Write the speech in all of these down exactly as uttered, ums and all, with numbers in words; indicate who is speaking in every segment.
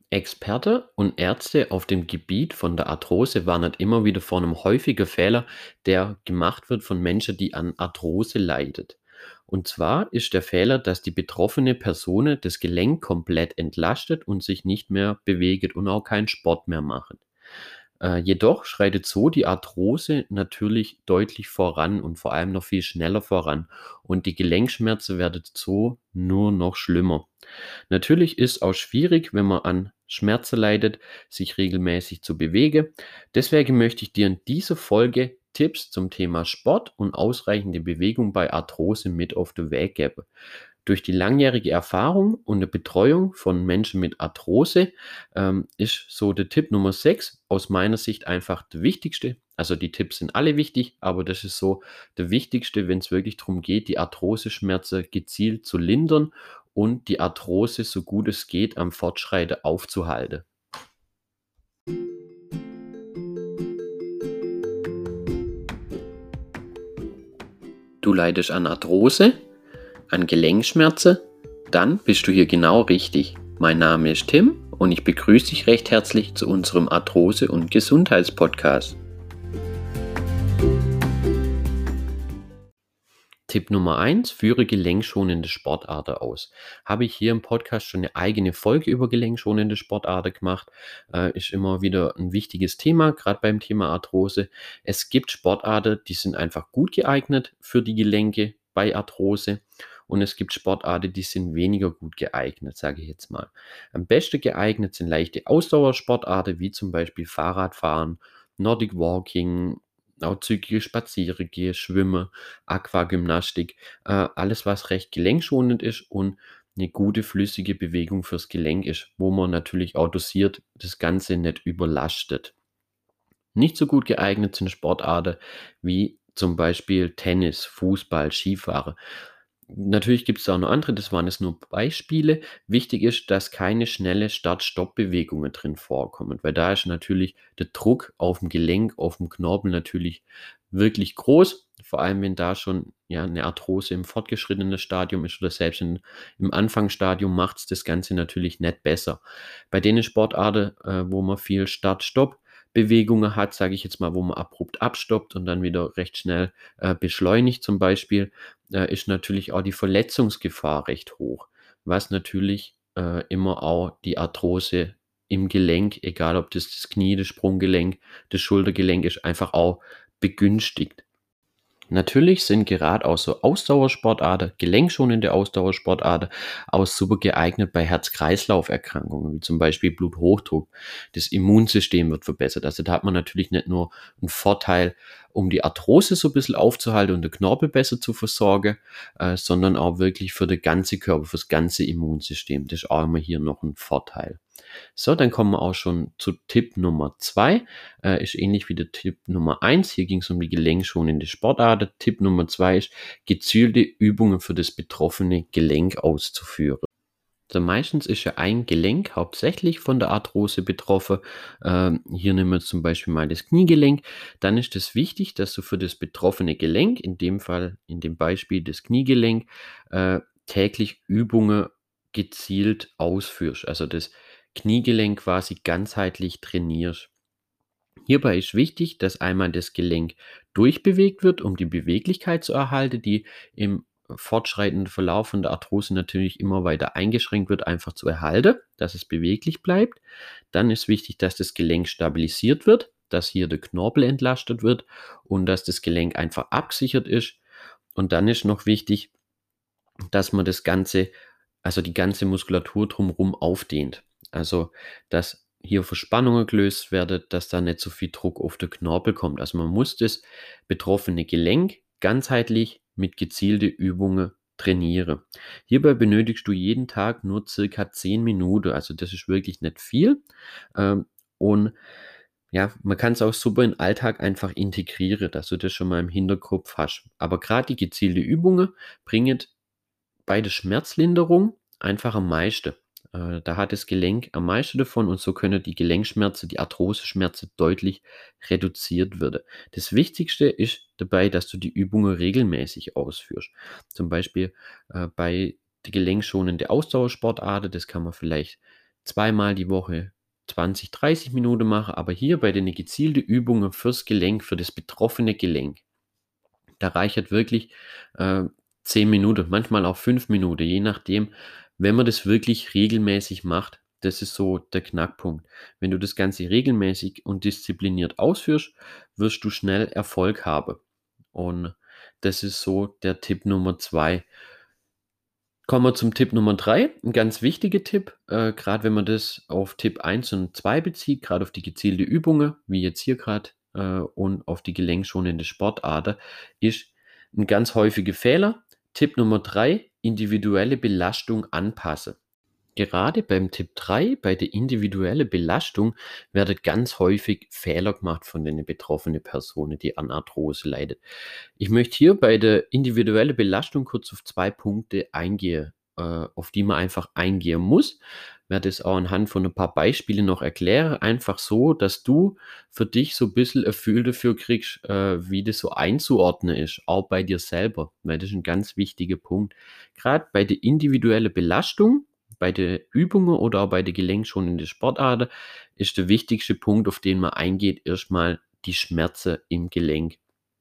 Speaker 1: Experte und Ärzte auf dem Gebiet von der Arthrose warnen immer wieder vor einem häufigen Fehler, der gemacht wird von Menschen, die an Arthrose leidet. Und zwar ist der Fehler, dass die betroffene Person das Gelenk komplett entlastet und sich nicht mehr bewegt und auch keinen Sport mehr macht. Äh, jedoch schreitet so die Arthrose natürlich deutlich voran und vor allem noch viel schneller voran. Und die Gelenkschmerzen werden so nur noch schlimmer. Natürlich ist auch schwierig, wenn man an Schmerzen leidet, sich regelmäßig zu bewegen. Deswegen möchte ich dir in dieser Folge Tipps zum Thema Sport und ausreichende Bewegung bei Arthrose mit auf den Weg geben. Durch die langjährige Erfahrung und die Betreuung von Menschen mit Arthrose ähm, ist so der Tipp Nummer sechs aus meiner Sicht einfach der wichtigste. Also die Tipps sind alle wichtig, aber das ist so der wichtigste, wenn es wirklich darum geht, die Arthroseschmerzen gezielt zu lindern und die Arthrose so gut es geht am Fortschreiten aufzuhalten. Du leidest an Arthrose, an Gelenkschmerzen? Dann bist du hier genau richtig. Mein Name ist Tim und ich begrüße dich recht herzlich zu unserem Arthrose- und Gesundheitspodcast. Tipp Nummer eins: Führe gelenkschonende Sportarten aus. Habe ich hier im Podcast schon eine eigene Folge über gelenkschonende Sportarten gemacht. Äh, ist immer wieder ein wichtiges Thema, gerade beim Thema Arthrose. Es gibt Sportarten, die sind einfach gut geeignet für die Gelenke bei Arthrose. Und es gibt Sportarten, die sind weniger gut geeignet, sage ich jetzt mal. Am besten geeignet sind leichte Ausdauersportarten, wie zum Beispiel Fahrradfahren, Nordic Walking, auch zügige Spazierengehen, Schwimmen, Aquagymnastik, äh, alles, was recht gelenkschonend ist und eine gute flüssige Bewegung fürs Gelenk ist, wo man natürlich auch dosiert das Ganze nicht überlastet. Nicht so gut geeignet sind Sportarten wie zum Beispiel Tennis, Fußball, Skifahren. Natürlich gibt es auch noch andere, das waren jetzt nur Beispiele. Wichtig ist, dass keine schnelle Start-Stopp-Bewegungen drin vorkommen, weil da ist natürlich der Druck auf dem Gelenk, auf dem Knorpel natürlich wirklich groß, vor allem wenn da schon ja, eine Arthrose im fortgeschrittenen Stadium ist oder selbst in, im Anfangsstadium macht es das Ganze natürlich nicht besser. Bei den Sportarten, äh, wo man viel Start-Stopp Bewegungen hat, sage ich jetzt mal, wo man abrupt abstoppt und dann wieder recht schnell äh, beschleunigt zum Beispiel, äh, ist natürlich auch die Verletzungsgefahr recht hoch, was natürlich äh, immer auch die Arthrose im Gelenk, egal ob das das Knie, das Sprunggelenk, das Schultergelenk ist, einfach auch begünstigt. Natürlich sind gerade auch so Ausdauersportarten, gelenkschonende Ausdauersportarten auch super geeignet bei Herz-Kreislauf-Erkrankungen, wie zum Beispiel Bluthochdruck. Das Immunsystem wird verbessert. Also da hat man natürlich nicht nur einen Vorteil, um die Arthrose so ein bisschen aufzuhalten und den Knorpel besser zu versorgen, äh, sondern auch wirklich für den ganzen Körper, für das ganze Immunsystem. Das ist auch immer hier noch ein Vorteil. So, dann kommen wir auch schon zu Tipp Nummer zwei. Äh, ist ähnlich wie der Tipp Nummer eins. Hier ging es um die gelenkschonende Sportart. Tipp Nummer zwei ist, gezielte Übungen für das betroffene Gelenk auszuführen. Also meistens ist ja ein Gelenk hauptsächlich von der Arthrose betroffen. Ähm, hier nehmen wir zum Beispiel mal das Kniegelenk. Dann ist es wichtig, dass du für das betroffene Gelenk, in dem Fall, in dem Beispiel das Kniegelenk, äh, täglich Übungen gezielt ausführst. Also das Kniegelenk quasi ganzheitlich trainierst. Hierbei ist wichtig, dass einmal das Gelenk durchbewegt wird, um die Beweglichkeit zu erhalten, die im fortschreitenden Verlauf von der Arthrose natürlich immer weiter eingeschränkt wird, einfach zu erhalten, dass es beweglich bleibt. Dann ist wichtig, dass das Gelenk stabilisiert wird, dass hier der Knorpel entlastet wird und dass das Gelenk einfach abgesichert ist. Und dann ist noch wichtig, dass man das Ganze, also die ganze Muskulatur drumherum aufdehnt. Also, dass hier Verspannungen gelöst werden, dass da nicht so viel Druck auf den Knorpel kommt. Also man muss das betroffene Gelenk ganzheitlich mit gezielten Übungen trainieren. Hierbei benötigst du jeden Tag nur circa zehn Minuten. Also das ist wirklich nicht viel. Ähm, und ja, man kann es auch super in den Alltag einfach integrieren, dass du das schon mal im Hinterkopf hast. Aber gerade die gezielten Übungen bringen bei der Schmerzlinderung einfach am meisten. Äh, da hat das Gelenk am meisten davon und so können die Gelenkschmerzen, die Arthroseschmerzen deutlich reduziert werden. Das Wichtigste ist dabei, dass du die Übungen regelmäßig ausführst. Zum Beispiel äh, bei die gelenkschonende Ausdauersportarten, das kann man vielleicht zweimal die Woche zwanzig, dreißig Minuten mache, aber hier bei den gezielten Übungen fürs Gelenk, für das betroffene Gelenk, da reicht wirklich äh, zehn Minuten, manchmal auch fünf Minuten, je nachdem, wenn man das wirklich regelmäßig macht. Das ist so der Knackpunkt. Wenn du das Ganze regelmäßig und diszipliniert ausführst, wirst du schnell Erfolg haben. Und das ist so der Tipp Nummer zwei. Kommen wir zum Tipp Nummer drei. Ein ganz wichtiger Tipp, äh, gerade wenn man das auf Tipp eins und zwei bezieht, gerade auf die gezielte Übungen, wie jetzt hier gerade, äh, und auf die gelenkschonende Sportader, ist ein ganz häufiger Fehler. Tipp Nummer drei: individuelle Belastung anpassen. Gerade beim Tipp drei, bei der individuellen Belastung, werden ganz häufig Fehler gemacht von den betroffenen Personen, die an Arthrose leidet. Ich möchte hier bei der individuellen Belastung kurz auf zwei Punkte eingehen, äh, auf die man einfach eingehen muss. Ich werde es auch anhand von ein paar Beispielen noch erklären, einfach so, dass du für dich so ein bisschen ein Gefühl dafür kriegst, äh, wie das so einzuordnen ist, auch bei dir selber, weil das ist ein ganz wichtiger Punkt. Gerade bei der individuellen Belastung, bei den Übungen oder auch bei der gelenkschonenden Sportarten ist der wichtigste Punkt, auf den man eingeht, erstmal die Schmerzen im Gelenk.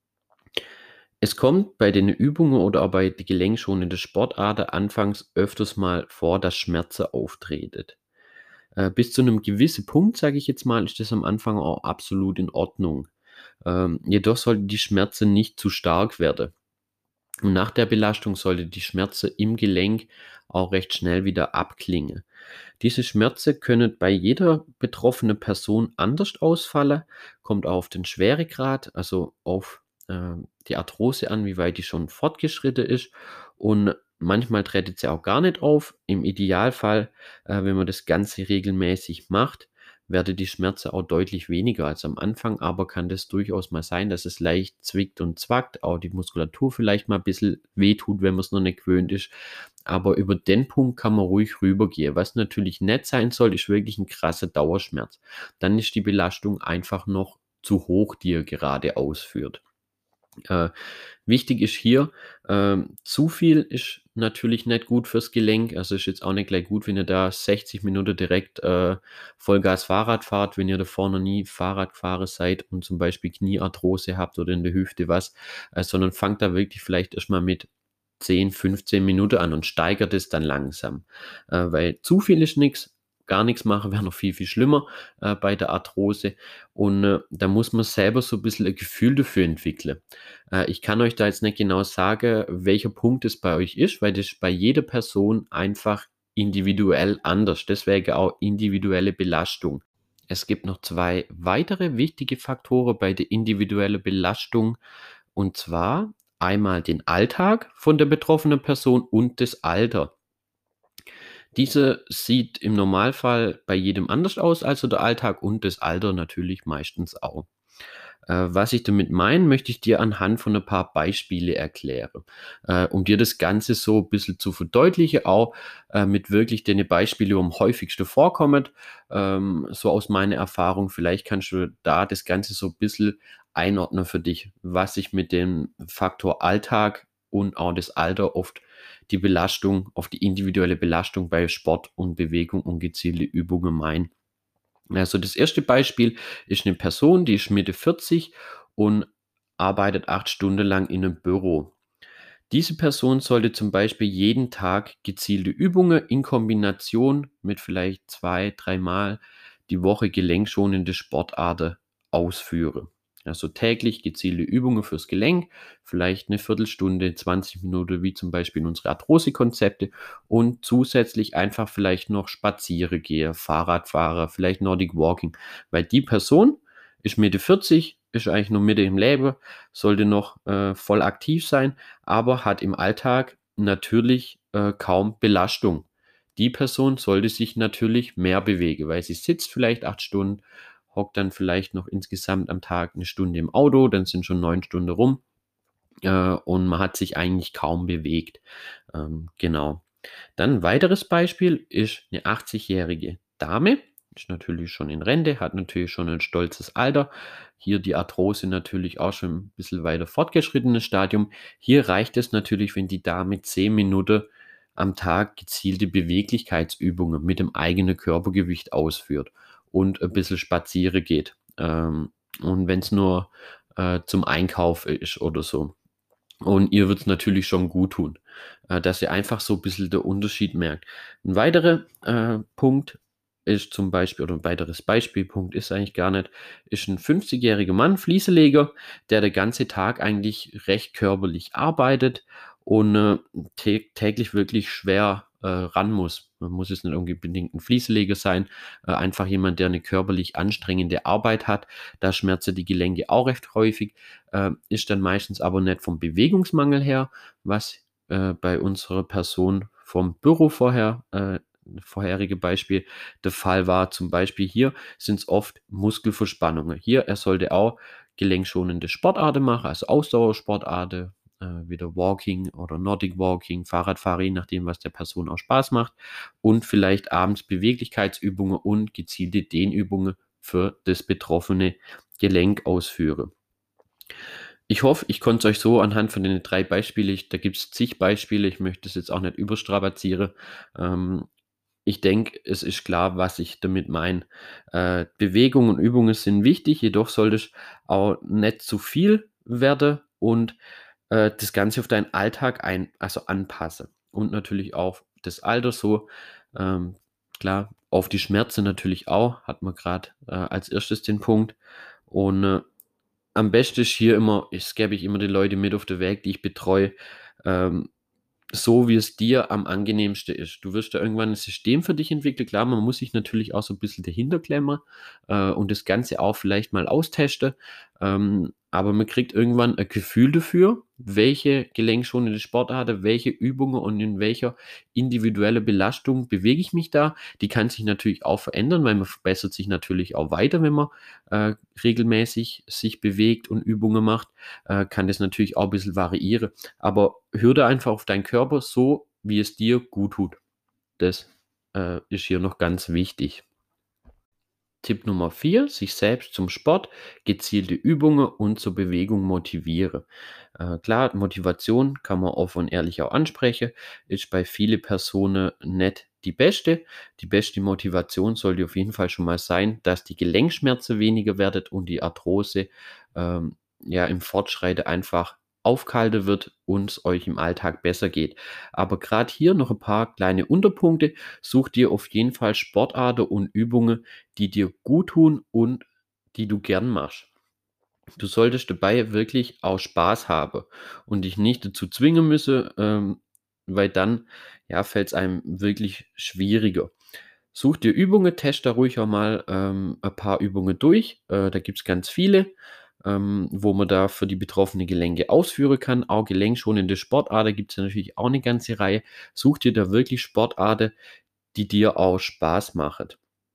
Speaker 1: Es kommt bei den Übungen oder auch bei den gelenkschonenden Sportarten anfangs öfters mal vor, dass Schmerzen auftreten. Äh, bis zu einem gewissen Punkt, sage ich jetzt mal, ist das am Anfang auch absolut in Ordnung. Ähm, jedoch sollten die Schmerzen nicht zu stark werden. Und nach der Belastung sollte die Schmerzen im Gelenk auch recht schnell wieder abklingen. Diese Schmerzen können bei jeder betroffenen Person anders ausfallen, kommt auch auf den Schweregrad, also auf äh, die Arthrose an, wie weit die schon fortgeschritten ist. Und manchmal tritt sie auch gar nicht auf. Im Idealfall, äh, wenn man das Ganze regelmäßig macht, werde die Schmerzen auch deutlich weniger als am Anfang, aber kann das durchaus mal sein, dass es leicht zwickt und zwackt, auch die Muskulatur vielleicht mal ein bisschen wehtut, wenn man es noch nicht gewöhnt ist. Aber über den Punkt kann man ruhig rübergehen. Was natürlich nicht sein soll, ist wirklich ein krasser Dauerschmerz. Dann ist die Belastung einfach noch zu hoch, die ihr gerade ausführt. Äh, wichtig ist hier, ähm, zu viel ist natürlich nicht gut fürs Gelenk. Also ist jetzt auch nicht gleich gut, wenn ihr da sechzig Minuten direkt äh, Vollgas Fahrrad fahrt, wenn ihr davor noch nie Fahrrad gefahren seid und zum Beispiel Kniearthrose habt oder in der Hüfte was, äh, sondern fangt da wirklich vielleicht erstmal mit zehn, fünfzehn Minuten an und steigert es dann langsam. Äh, weil zu viel ist nichts. Gar nichts machen wäre noch viel, viel schlimmer äh, bei der Arthrose. Und äh, da muss man selber so ein bisschen ein Gefühl dafür entwickeln. Äh, ich kann euch da jetzt nicht genau sagen, welcher Punkt es bei euch ist, weil das bei jeder Person einfach individuell anders. Deswegen auch individuelle Belastung. Es gibt noch zwei weitere wichtige Faktoren bei der individuellen Belastung, und zwar einmal den Alltag von der betroffenen Person und das Alter. Diese sieht im Normalfall bei jedem anders aus, also der Alltag und das Alter natürlich meistens auch. Äh, was ich damit meine, möchte ich dir anhand von ein paar Beispiele erklären, äh, um dir das Ganze so ein bisschen zu verdeutlichen, auch äh, mit wirklich den Beispielen, die am häufigsten vorkommen, ähm, so aus meiner Erfahrung. Vielleicht kannst du da das Ganze so ein bisschen einordnen für dich, was ich mit dem Faktor Alltag und auch das Alter oft die Belastung, auf die individuelle Belastung bei Sport und Bewegung und gezielte Übungen meine. Also das erste Beispiel ist eine Person, die ist Mitte vierzig und arbeitet acht Stunden lang in einem Büro. Diese Person sollte zum Beispiel jeden Tag gezielte Übungen in Kombination mit vielleicht zwei, dreimal die Woche gelenkschonende Sportarten ausführen. Also täglich gezielte Übungen fürs Gelenk, vielleicht eine Viertelstunde, zwanzig Minuten, wie zum Beispiel in unsere Arthrose-Konzepte, und zusätzlich einfach vielleicht noch spazieren gehen, Fahrradfahrer, vielleicht Nordic Walking, weil die Person ist Mitte vierzig, ist eigentlich noch Mitte im Leben, sollte noch äh, voll aktiv sein, aber hat im Alltag natürlich äh, kaum Belastung. Die Person sollte sich natürlich mehr bewegen, weil sie sitzt vielleicht acht Stunden, hockt dann vielleicht noch insgesamt am Tag eine Stunde im Auto, dann sind schon neun Stunden rum äh, und man hat sich eigentlich kaum bewegt. Ähm, genau. Dann ein weiteres Beispiel ist eine achtzig-jährige Dame, ist natürlich schon in Rente, hat natürlich schon ein stolzes Alter. Hier die Arthrose natürlich auch schon ein bisschen weiter fortgeschrittenes Stadium. Hier reicht es natürlich, wenn die Dame zehn Minuten am Tag gezielte Beweglichkeitsübungen mit dem eigenen Körpergewicht ausführt und ein bisschen spazieren geht. Ähm, und wenn es nur äh, zum Einkauf ist oder so. Und ihr wird's natürlich schon gut tun, äh, dass ihr einfach so ein bisschen den Unterschied merkt. Ein weiterer äh, Punkt ist zum Beispiel oder ein weiteres Beispielpunkt ist eigentlich gar nicht ist ein fünfzigjähriger Mann, Flieseleger, der den ganze Tag eigentlich recht körperlich arbeitet und, äh, tä täglich wirklich schwer, äh, ran muss. Man muss jetzt nicht irgendwie unbedingt 'n Flieseleger sein, äh, einfach jemand, der eine körperlich anstrengende Arbeit hat. Da schmerzen die Gelenke auch recht häufig, äh, ist dann meistens aber nicht vom Bewegungsmangel her, was äh, bei unserer Person vom Büro vorher, äh, vorherige Beispiel der Fall war. Zum Beispiel hier sind es oft Muskelverspannungen. Hier, er sollte auch gelenkschonende Sportarten machen, also Ausdauersportarten, äh, wieder Walking oder Nordic Walking, Fahrradfahren, je nachdem, was der Person auch Spaß macht. Und vielleicht abends Beweglichkeitsübungen und gezielte Dehnübungen für das betroffene Gelenk ausführen. Ich hoffe, ich konnte es euch so anhand von den drei Beispielen, ich da gibt es zig Beispiele, ich möchte es jetzt auch nicht überstrapazieren. Ähm, ich denke, es ist klar, was ich damit meine. Äh, Bewegung und Übungen sind wichtig, jedoch sollte es auch nicht zu viel werden und äh, das Ganze auf deinen Alltag ein also anpassen. Und natürlich auch das Alter so, ähm, klar, auf die Schmerzen natürlich auch, hat man gerade äh, als erstes den Punkt. Und äh, am besten ist hier immer, ich gebe ich immer die Leute mit auf den Weg, die ich betreue, ähm, so wie es dir am angenehmsten ist. Du wirst da irgendwann ein System für dich entwickeln. Klar, man muss sich natürlich auch so ein bisschen dahinter klemmen, äh, und das Ganze auch vielleicht mal austesten. Ähm, aber man kriegt irgendwann ein Gefühl dafür, welche gelenkschonende Sportarten, welche Übungen und in welcher individuelle Belastung bewege ich mich da. Die kann sich natürlich auch verändern, weil man verbessert sich natürlich auch weiter, wenn man äh, regelmäßig sich bewegt und Übungen macht, äh, kann das natürlich auch ein bisschen variieren. Aber hör da einfach auf deinen Körper so, wie es dir gut tut. Das äh, ist hier noch ganz wichtig. Tipp Nummer vier: sich selbst zum Sport, gezielte Übungen und zur Bewegung motivieren. Äh, klar, Motivation kann man offen und ehrlich auch ansprechen, ist bei vielen Personen nicht die beste. Die beste Motivation sollte auf jeden Fall schon mal sein, dass die Gelenkschmerzen weniger werden und die Arthrose ähm, ja im Fortschreiten einfach aufgehalten wird und es euch im Alltag besser geht. Aber gerade hier noch ein paar kleine Unterpunkte. Such dir auf jeden Fall Sportarten und Übungen, die dir gut tun und die du gern machst. Du solltest dabei wirklich auch Spaß haben und dich nicht dazu zwingen müssen, ähm, weil dann, ja, fällt es einem wirklich schwieriger. Such dir Übungen, teste da ruhig auch mal ähm, ein paar Übungen durch. Äh, da gibt es ganz viele, ähm, wo man da für die betroffenen Gelenke ausführen kann. Auch gelenkschonende Sportarten gibt es natürlich auch eine ganze Reihe. Such dir da wirklich Sportarten, die dir auch Spaß machen.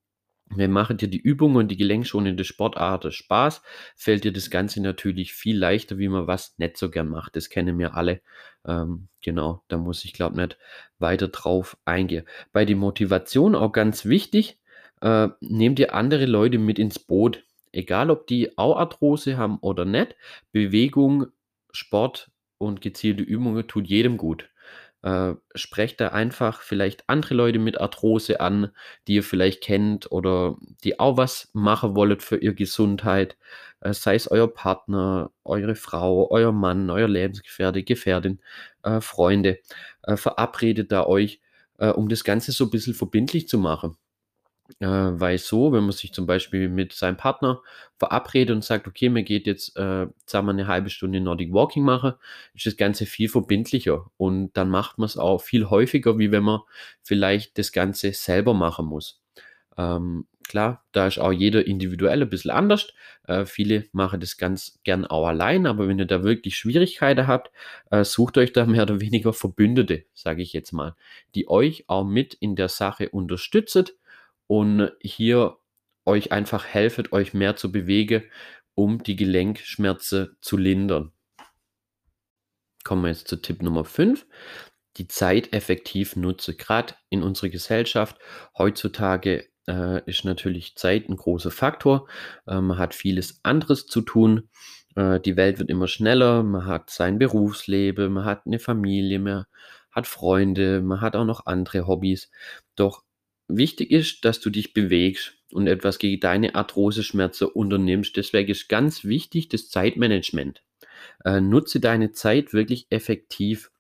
Speaker 1: Wenn machen dir die Übungen und die gelenkschonende Sportart Spaß, fällt dir das Ganze natürlich viel leichter, wie man was nicht so gern macht. Das kennen wir alle. Ähm, genau, da muss ich glaube nicht weiter drauf eingehen. Bei der Motivation auch ganz wichtig, äh, nehmt ihr andere Leute mit ins Boot. Egal, ob die auch Arthrose haben oder nicht. Bewegung, Sport und gezielte Übungen tut jedem gut. Äh, sprecht da einfach vielleicht andere Leute mit Arthrose an, die ihr vielleicht kennt oder die auch was machen wollt für ihre Gesundheit, äh, sei es euer Partner, eure Frau, euer Mann, euer Lebensgefährte, Gefährtin, äh, Freunde. Äh, verabredet da euch, äh, um das Ganze so ein bisschen verbindlich zu machen. Äh, weil so, wenn man sich zum Beispiel mit seinem Partner verabredet und sagt: „Okay, mir geht jetzt, äh, sagen wir, eine halbe Stunde Nordic Walking machen“, ist das Ganze viel verbindlicher und dann macht man es auch viel häufiger, wie wenn man vielleicht das Ganze selber machen muss. Ähm, klar, da ist auch jeder individuell ein bisschen anders. Äh, viele machen das ganz gern auch allein, aber wenn ihr da wirklich Schwierigkeiten habt, äh, sucht euch da mehr oder weniger Verbündete, sage ich jetzt mal, die euch auch mit in der Sache unterstützen und hier euch einfach helfen, euch mehr zu bewegen, um die Gelenkschmerzen zu lindern. Kommen wir jetzt zu Tipp Nummer fünf: die Zeit effektiv nutze. Gerade in unserer Gesellschaft heutzutage äh, ist natürlich Zeit ein großer Faktor. Äh, man hat vieles anderes zu tun. Äh, die Welt wird immer schneller. Man hat sein Berufsleben, man hat eine Familie, man hat Freunde, man hat auch noch andere Hobbys. Doch wichtig ist, dass du dich bewegst und etwas gegen deine Arthroseschmerzen unternimmst. Deswegen ist ganz wichtig das Zeitmanagement. Äh, nutze deine Zeit wirklich effektiv,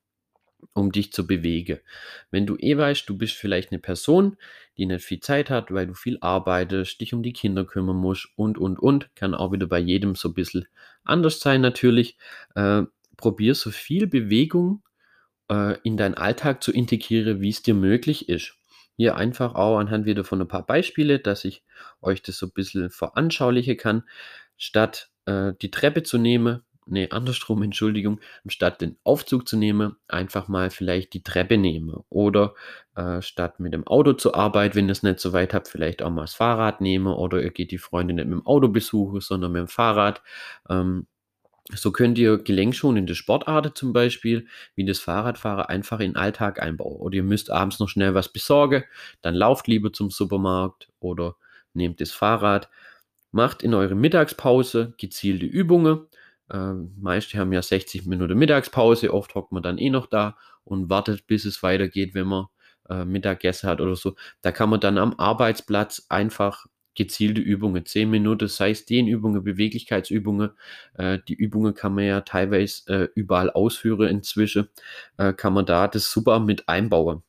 Speaker 1: um dich zu bewegen. Wenn du eh weißt, du bist vielleicht eine Person, die nicht viel Zeit hat, weil du viel arbeitest, dich um die Kinder kümmern musst und, und, und, kann auch wieder bei jedem so ein bisschen anders sein natürlich. Äh, probier so viel Bewegung äh, in deinen Alltag zu integrieren, wie es dir möglich ist. Hier einfach auch anhand wieder von ein paar Beispiele, dass ich euch das so ein bisschen veranschaulichen kann. Statt äh, die Treppe zu nehmen, nee, andersrum, Entschuldigung, statt den Aufzug zu nehmen, einfach mal vielleicht die Treppe nehmen. Oder äh, statt mit dem Auto zur Arbeit, wenn ihr es nicht so weit habt, vielleicht auch mal das Fahrrad nehmen. Oder ihr geht die Freunde nicht mit dem Auto besuchen, sondern mit dem Fahrrad. Ähm, so könnt ihr gelenkschonende Sportarten zum Beispiel, wie das Fahrradfahren, einfach in den Alltag einbauen. Oder ihr müsst abends noch schnell was besorgen, dann lauft lieber zum Supermarkt oder nehmt das Fahrrad. Macht in eurer Mittagspause gezielte Übungen. Ähm, meiste haben ja sechzig Minuten Mittagspause, oft hockt man dann eh noch da und wartet, bis es weitergeht, wenn man äh, Mittagessen hat oder so. Da kann man dann am Arbeitsplatz einfach gezielte Übungen, zehn Minuten, sei es Dehnübungen, Beweglichkeitsübungen. Äh, die Übungen kann man ja teilweise äh, überall ausführen inzwischen. Äh, kann man da das super mit einbauen.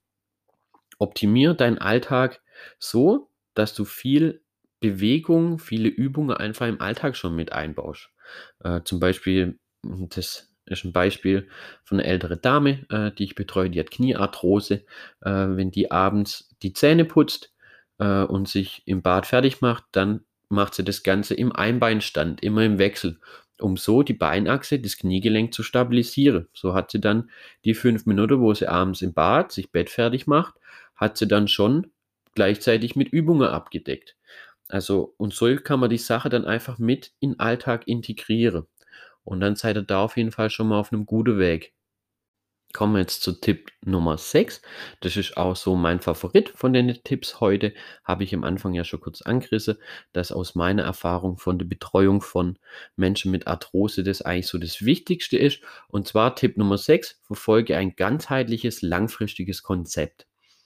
Speaker 1: Optimier deinen Alltag so, dass du viel Bewegung, viele Übungen einfach im Alltag schon mit einbaust. Äh, zum Beispiel, hm, das ist ein Beispiel von einer älteren Dame, äh, die ich betreue, die hat Kniearthrose. Äh, wenn die abends die Zähne putzt äh, und sich im Bad fertig macht, dann macht sie das Ganze im Einbeinstand, immer im Wechsel, um so die Beinachse, das Kniegelenk zu stabilisieren. So hat sie dann die fünf Minuten, wo sie abends im Bad sich bettfertig macht, hat sie dann schon gleichzeitig mit Übungen abgedeckt. Also, und so kann man die Sache dann einfach mit in den Alltag integrieren. Und dann seid ihr da auf jeden Fall schon mal auf einem guten Weg. Kommen wir jetzt zu Tipp Nummer sechs. Das ist auch so mein Favorit von den Tipps heute. Habe ich am Anfang ja schon kurz angerissen, dass aus meiner Erfahrung von der Betreuung von Menschen mit Arthrose das eigentlich so das Wichtigste ist. Und zwar Tipp Nummer sechs: verfolge ein ganzheitliches, langfristiges Konzept.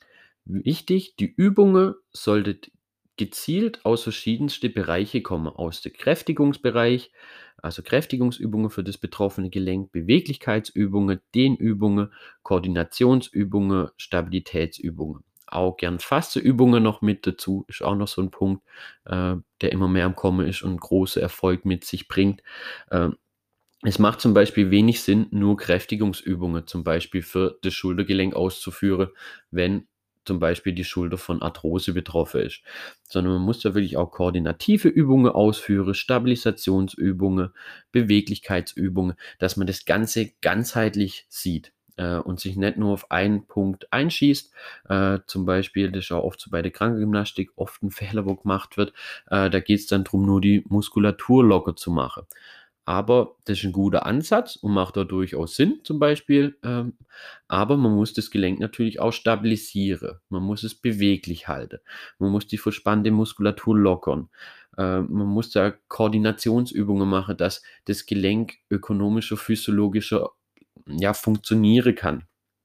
Speaker 1: Wichtig, die Übungen solltet gezielt aus verschiedensten Bereiche kommen. Aus dem Kräftigungsbereich, also Kräftigungsübungen für das betroffene Gelenk, Beweglichkeitsübungen, Dehnübungen, Koordinationsübungen, Stabilitätsübungen. Auch gern Fasseübungen noch mit dazu, ist auch noch so ein Punkt, äh, der immer mehr am Kommen ist und große Erfolg mit sich bringt. Ähm, es macht zum Beispiel wenig Sinn, nur Kräftigungsübungen zum Beispiel für das Schultergelenk auszuführen, wenn zum Beispiel die Schulter von Arthrose betroffen ist, sondern man muss da wirklich auch koordinative Übungen ausführen, Stabilisationsübungen, Beweglichkeitsübungen, dass man das Ganze ganzheitlich sieht äh, und sich nicht nur auf einen Punkt einschießt. Äh, zum Beispiel, das ist auch oft so bei der Krankengymnastik oft ein Fehler, wo gemacht wird. Äh, da geht es dann darum, nur die Muskulatur locker zu machen. Aber das ist ein guter Ansatz und macht da durchaus Sinn zum Beispiel. Ähm, aber man muss das Gelenk natürlich auch stabilisieren. Man muss es beweglich halten. Man muss die verspannte Muskulatur lockern. Äh, man muss da Koordinationsübungen machen, dass das Gelenk ökonomischer, physiologischer, ja, funktionieren kann.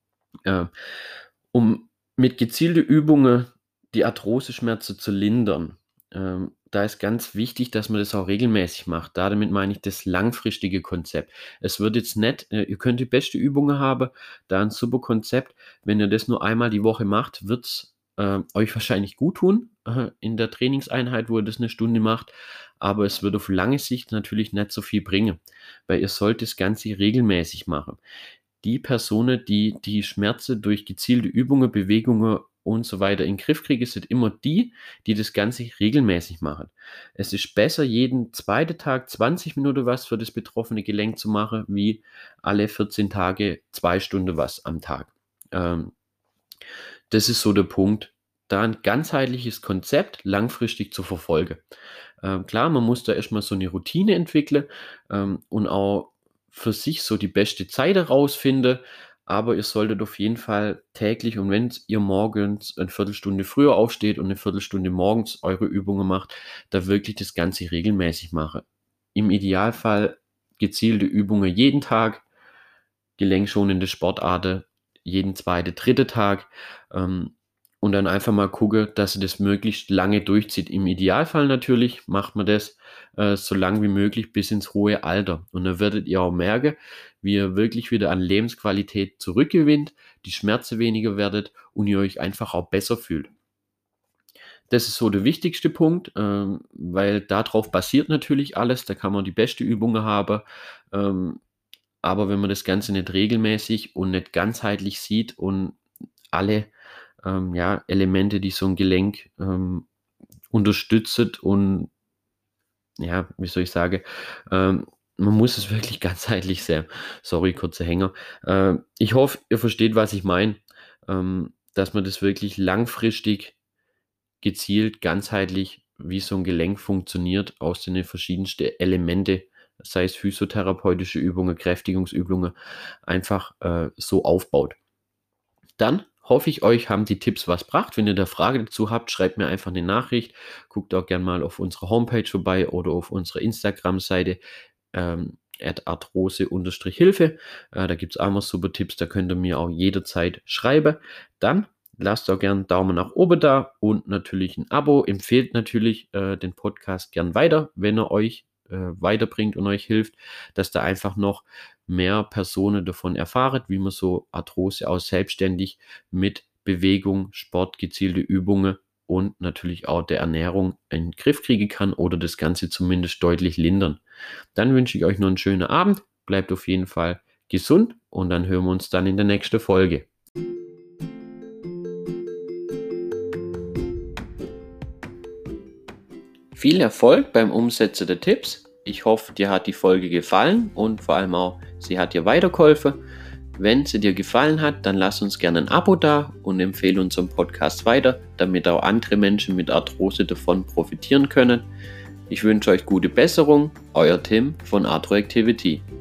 Speaker 1: Äh, um mit gezielten Übungen die Arthroseschmerzen zu lindern, ähm, da ist ganz wichtig, dass man das auch regelmäßig macht. Da damit meine ich das langfristige Konzept. Es wird jetzt nicht, äh, ihr könnt die beste Übungen haben, da ein super Konzept. Wenn ihr das nur einmal die Woche macht, wird es äh, euch wahrscheinlich gut tun äh, in der Trainingseinheit, wo ihr das eine Stunde macht. Aber es wird auf lange Sicht natürlich nicht so viel bringen, weil ihr sollt das Ganze regelmäßig machen. Die Personen, die die Schmerzen durch gezielte Übungen, Bewegungen und so weiter in den Griff kriegen, sind immer die, die das Ganze regelmäßig machen. Es ist besser, jeden zweiten Tag zwanzig Minuten was für das betroffene Gelenk zu machen, wie alle vierzehn Tage zwei Stunden was am Tag. Ähm, das ist so der Punkt, da ein ganzheitliches Konzept langfristig zu verfolgen. Ähm, klar, man muss da erstmal so eine Routine entwickeln ähm, und auch für sich so die beste Zeit herausfinden, aber ihr solltet auf jeden Fall täglich, und wenn ihr morgens eine Viertelstunde früher aufsteht und eine Viertelstunde morgens eure Übungen macht, da wirklich das Ganze regelmäßig machen. Im Idealfall gezielte Übungen jeden Tag, gelenkschonende Sportarten jeden zweiten, dritten Tag. Ähm, und dann einfach mal gucken, dass ihr das möglichst lange durchzieht. Im Idealfall natürlich macht man das äh, so lang wie möglich bis ins hohe Alter. Und dann werdet ihr auch merken, wie ihr wirklich wieder an Lebensqualität zurückgewinnt, die Schmerzen weniger werdet und ihr euch einfach auch besser fühlt. Das ist so der wichtigste Punkt, ähm, weil darauf basiert natürlich alles. Da kann man die beste Übungen haben. Ähm, aber wenn man das Ganze nicht regelmäßig und nicht ganzheitlich sieht und alle ähm, ja, Elemente, die so ein Gelenk ähm, unterstützt und ja, wie soll ich sagen, ähm, man muss es wirklich ganzheitlich sehen. Sorry, kurzer Hänger. Äh, ich hoffe, ihr versteht, was ich meine, ähm, dass man das wirklich langfristig gezielt, ganzheitlich, wie so ein Gelenk funktioniert, aus den verschiedensten Elemente, sei es physiotherapeutische Übungen, Kräftigungsübungen, einfach äh, so aufbaut. Dann hoffe ich, euch haben die Tipps was gebracht. Wenn ihr da Fragen dazu habt, schreibt mir einfach eine Nachricht. Guckt auch gerne mal auf unserer Homepage vorbei oder auf unserer Instagram-Seite ähm, at arthrose-hilfe. Äh, da gibt es auch immer super Tipps, da könnt ihr mir auch jederzeit schreiben. Dann lasst auch gerne einen Daumen nach oben da und natürlich ein Abo. Empfehlt natürlich äh, den Podcast gern weiter, wenn er euch äh, weiterbringt und euch hilft, dass da einfach noch mehr Personen davon erfahren, wie man so Arthrose auch selbstständig mit Bewegung, Sport, gezielte Übungen und natürlich auch der Ernährung in den Griff kriegen kann oder das Ganze zumindest deutlich lindern. Dann wünsche ich euch noch einen schönen Abend, bleibt auf jeden Fall gesund und dann hören wir uns dann in der nächsten Folge. Viel Erfolg beim Umsetzen der Tipps. Ich hoffe, dir hat die Folge gefallen und vor allem auch, sie hat dir weitergeholfen. Wenn sie dir gefallen hat, dann lass uns gerne ein Abo da und empfehle unseren Podcast weiter, damit auch andere Menschen mit Arthrose davon profitieren können. Ich wünsche euch gute Besserung, euer Tim von Arthroactivity.